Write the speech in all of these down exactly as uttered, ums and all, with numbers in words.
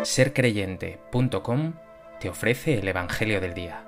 ser creyente punto com te ofrece el Evangelio del Día.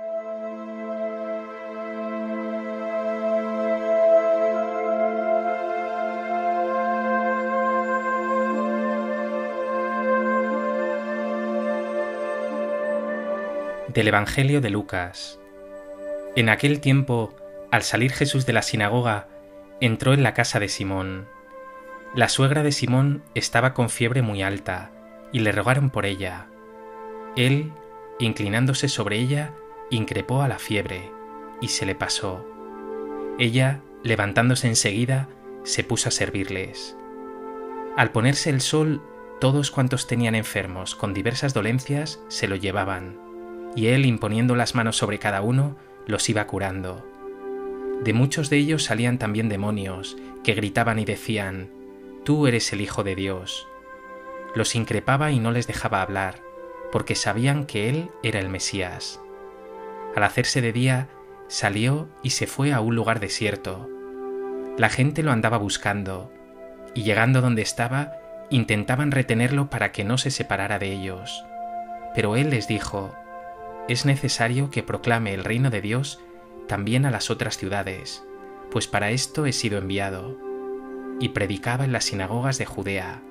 Del Evangelio de Lucas. En aquel tiempo, al salir Jesús de la sinagoga, entró en la casa de Simón. La suegra de Simón estaba con fiebre muy alta, y le rogaron por ella. Él, inclinándose sobre ella, increpó a la fiebre, y se le pasó. Ella, levantándose enseguida, se puso a servirles. Al ponerse el sol, todos cuantos tenían enfermos con diversas dolencias se lo llevaban, y él, imponiendo las manos sobre cada uno, los iba curando. De muchos de ellos salían también demonios, que gritaban y decían: «Tú eres el Hijo de Dios». Los increpaba y no les dejaba hablar, porque sabían que él era el Mesías. Al hacerse de día, salió y se fue a un lugar desierto. La gente lo andaba buscando, y llegando donde estaba, intentaban retenerlo para que no se separara de ellos. Pero él les dijo: «Es necesario que proclame el reino de Dios también a las otras ciudades, pues para esto he sido enviado». Y predicaba en las sinagogas de Judea.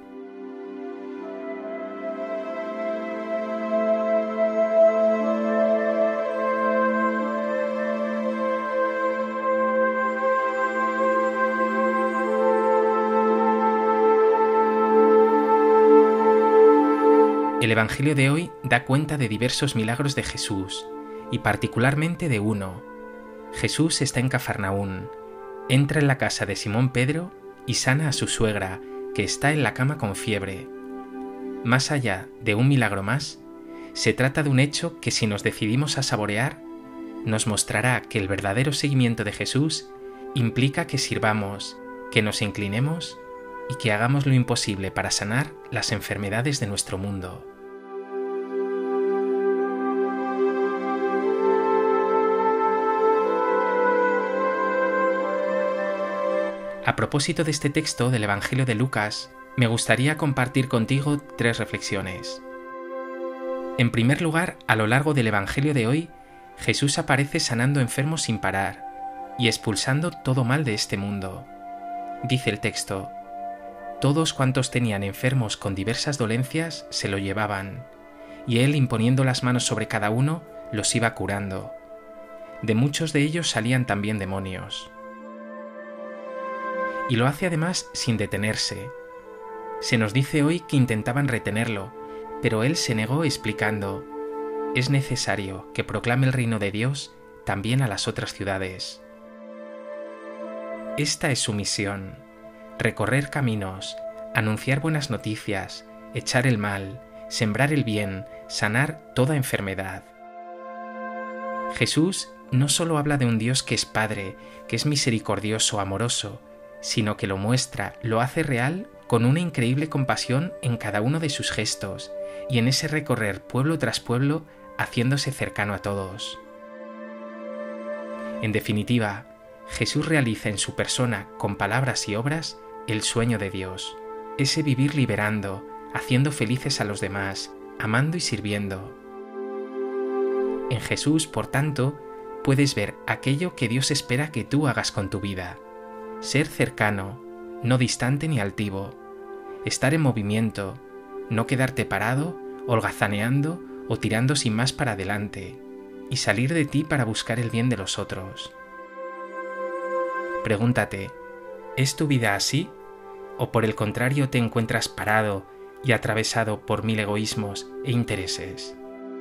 El Evangelio de hoy da cuenta de diversos milagros de Jesús, y particularmente de uno. Jesús está en Cafarnaún, entra en la casa de Simón Pedro y sana a su suegra, que está en la cama con fiebre. Más allá de un milagro más, se trata de un hecho que, si nos decidimos a saborear, nos mostrará que el verdadero seguimiento de Jesús implica que sirvamos, que nos inclinemos y que hagamos lo imposible para sanar las enfermedades de nuestro mundo. A propósito de este texto del Evangelio de Lucas, me gustaría compartir contigo tres reflexiones. En primer lugar, a lo largo del Evangelio de hoy, Jesús aparece sanando enfermos sin parar y expulsando todo mal de este mundo. Dice el texto: «Todos cuantos tenían enfermos con diversas dolencias se lo llevaban, y él, imponiendo las manos sobre cada uno, los iba curando. De muchos de ellos salían también demonios». Y lo hace además sin detenerse. Se nos dice hoy que intentaban retenerlo, pero él se negó explicando: «Es necesario que proclame el reino de Dios también a las otras ciudades». Esta es su misión: recorrer caminos, anunciar buenas noticias, echar el mal, sembrar el bien, sanar toda enfermedad. Jesús no solo habla de un Dios que es Padre, que es misericordioso, amoroso, sino que lo muestra, lo hace real con una increíble compasión en cada uno de sus gestos y en ese recorrer pueblo tras pueblo, haciéndose cercano a todos. En definitiva, Jesús realiza en su persona, con palabras y obras, el sueño de Dios, ese vivir liberando, haciendo felices a los demás, amando y sirviendo. En Jesús, por tanto, puedes ver aquello que Dios espera que tú hagas con tu vida: ser cercano, no distante ni altivo, estar en movimiento, no quedarte parado, holgazaneando o tirando sin más para adelante, y salir de ti para buscar el bien de los otros. Pregúntate: ¿es tu vida así? ¿O por el contrario te encuentras parado y atravesado por mil egoísmos e intereses?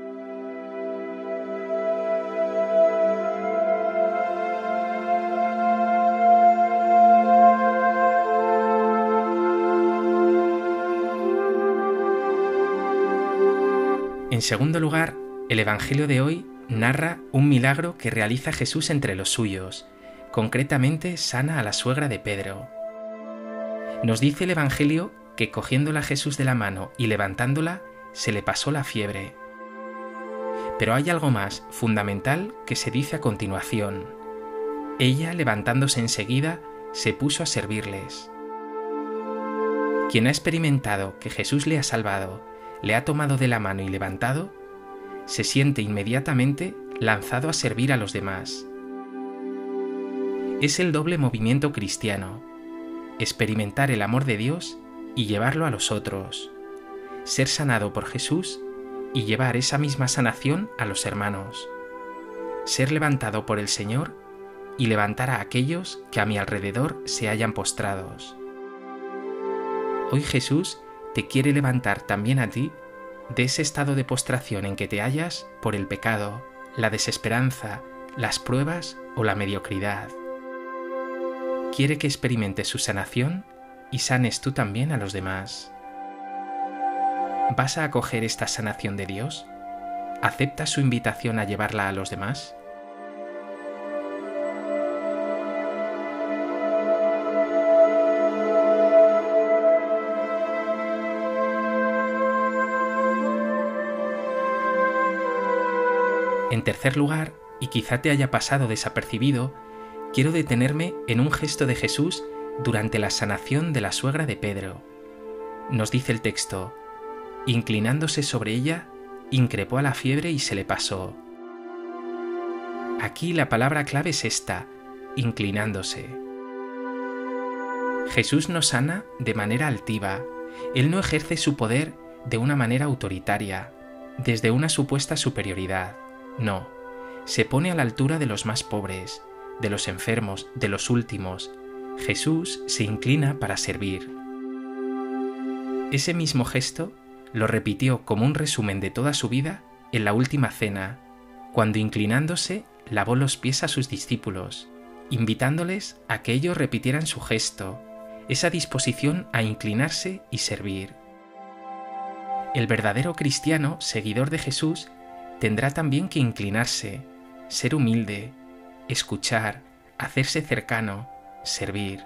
En segundo lugar, el Evangelio de hoy narra un milagro que realiza Jesús entre los suyos. Concretamente, sana a la suegra de Pedro. Nos dice el Evangelio que, cogiéndola Jesús de la mano y levantándola, se le pasó la fiebre. Pero hay algo más fundamental que se dice a continuación. Ella, levantándose enseguida, se puso a servirles. Quien ha experimentado que Jesús le ha salvado, le ha tomado de la mano y levantado, se siente inmediatamente lanzado a servir a los demás. Es el doble movimiento cristiano: experimentar el amor de Dios y llevarlo a los otros, ser sanado por Jesús y llevar esa misma sanación a los hermanos, ser levantado por el Señor y levantar a aquellos que a mi alrededor se hallan postrados. Hoy Jesús te quiere levantar también a ti de ese estado de postración en que te hallas por el pecado, la desesperanza, las pruebas o la mediocridad. Quiere que experimentes su sanación y sanes tú también a los demás. ¿Vas a acoger esta sanación de Dios? ¿Aceptas su invitación a llevarla a los demás? En tercer lugar, y quizá te haya pasado desapercibido, quiero detenerme en un gesto de Jesús durante la sanación de la suegra de Pedro. Nos dice el texto: inclinándose sobre ella, increpó a la fiebre y se le pasó. Aquí la palabra clave es esta: inclinándose. Jesús nos sana de manera altiva. Él no ejerce su poder de una manera autoritaria, desde una supuesta superioridad. No, se pone a la altura de los más pobres, de los enfermos, de los últimos. Jesús se inclina para servir. Ese mismo gesto lo repitió como un resumen de toda su vida en la última cena, cuando inclinándose lavó los pies a sus discípulos, invitándoles a que ellos repitieran su gesto, esa disposición a inclinarse y servir. El verdadero cristiano, seguidor de Jesús, tendrá también que inclinarse, ser humilde, escuchar, hacerse cercano, servir.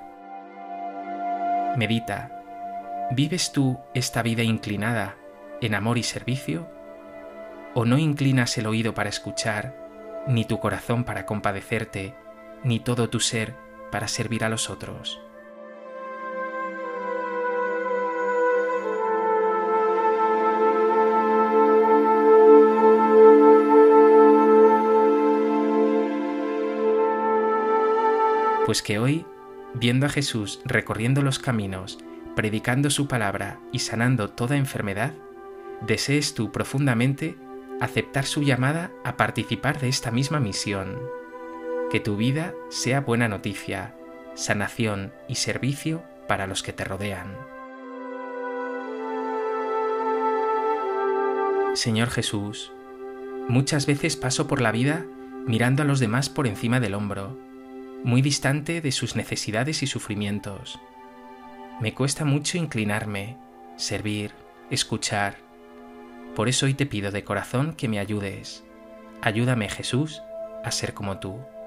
Medita: ¿vives tú esta vida inclinada en amor y servicio? ¿O no inclinas el oído para escuchar, ni tu corazón para compadecerte, ni todo tu ser para servir a los otros? Pues que hoy, viendo a Jesús recorriendo los caminos, predicando su palabra y sanando toda enfermedad, desees tú profundamente aceptar su llamada a participar de esta misma misión. Que tu vida sea buena noticia, sanación y servicio para los que te rodean. Señor Jesús, muchas veces paso por la vida mirando a los demás por encima del hombro, muy distante de sus necesidades y sufrimientos. Me cuesta mucho inclinarme, servir, escuchar. Por eso hoy te pido de corazón que me ayudes. Ayúdame, Jesús, a ser como tú.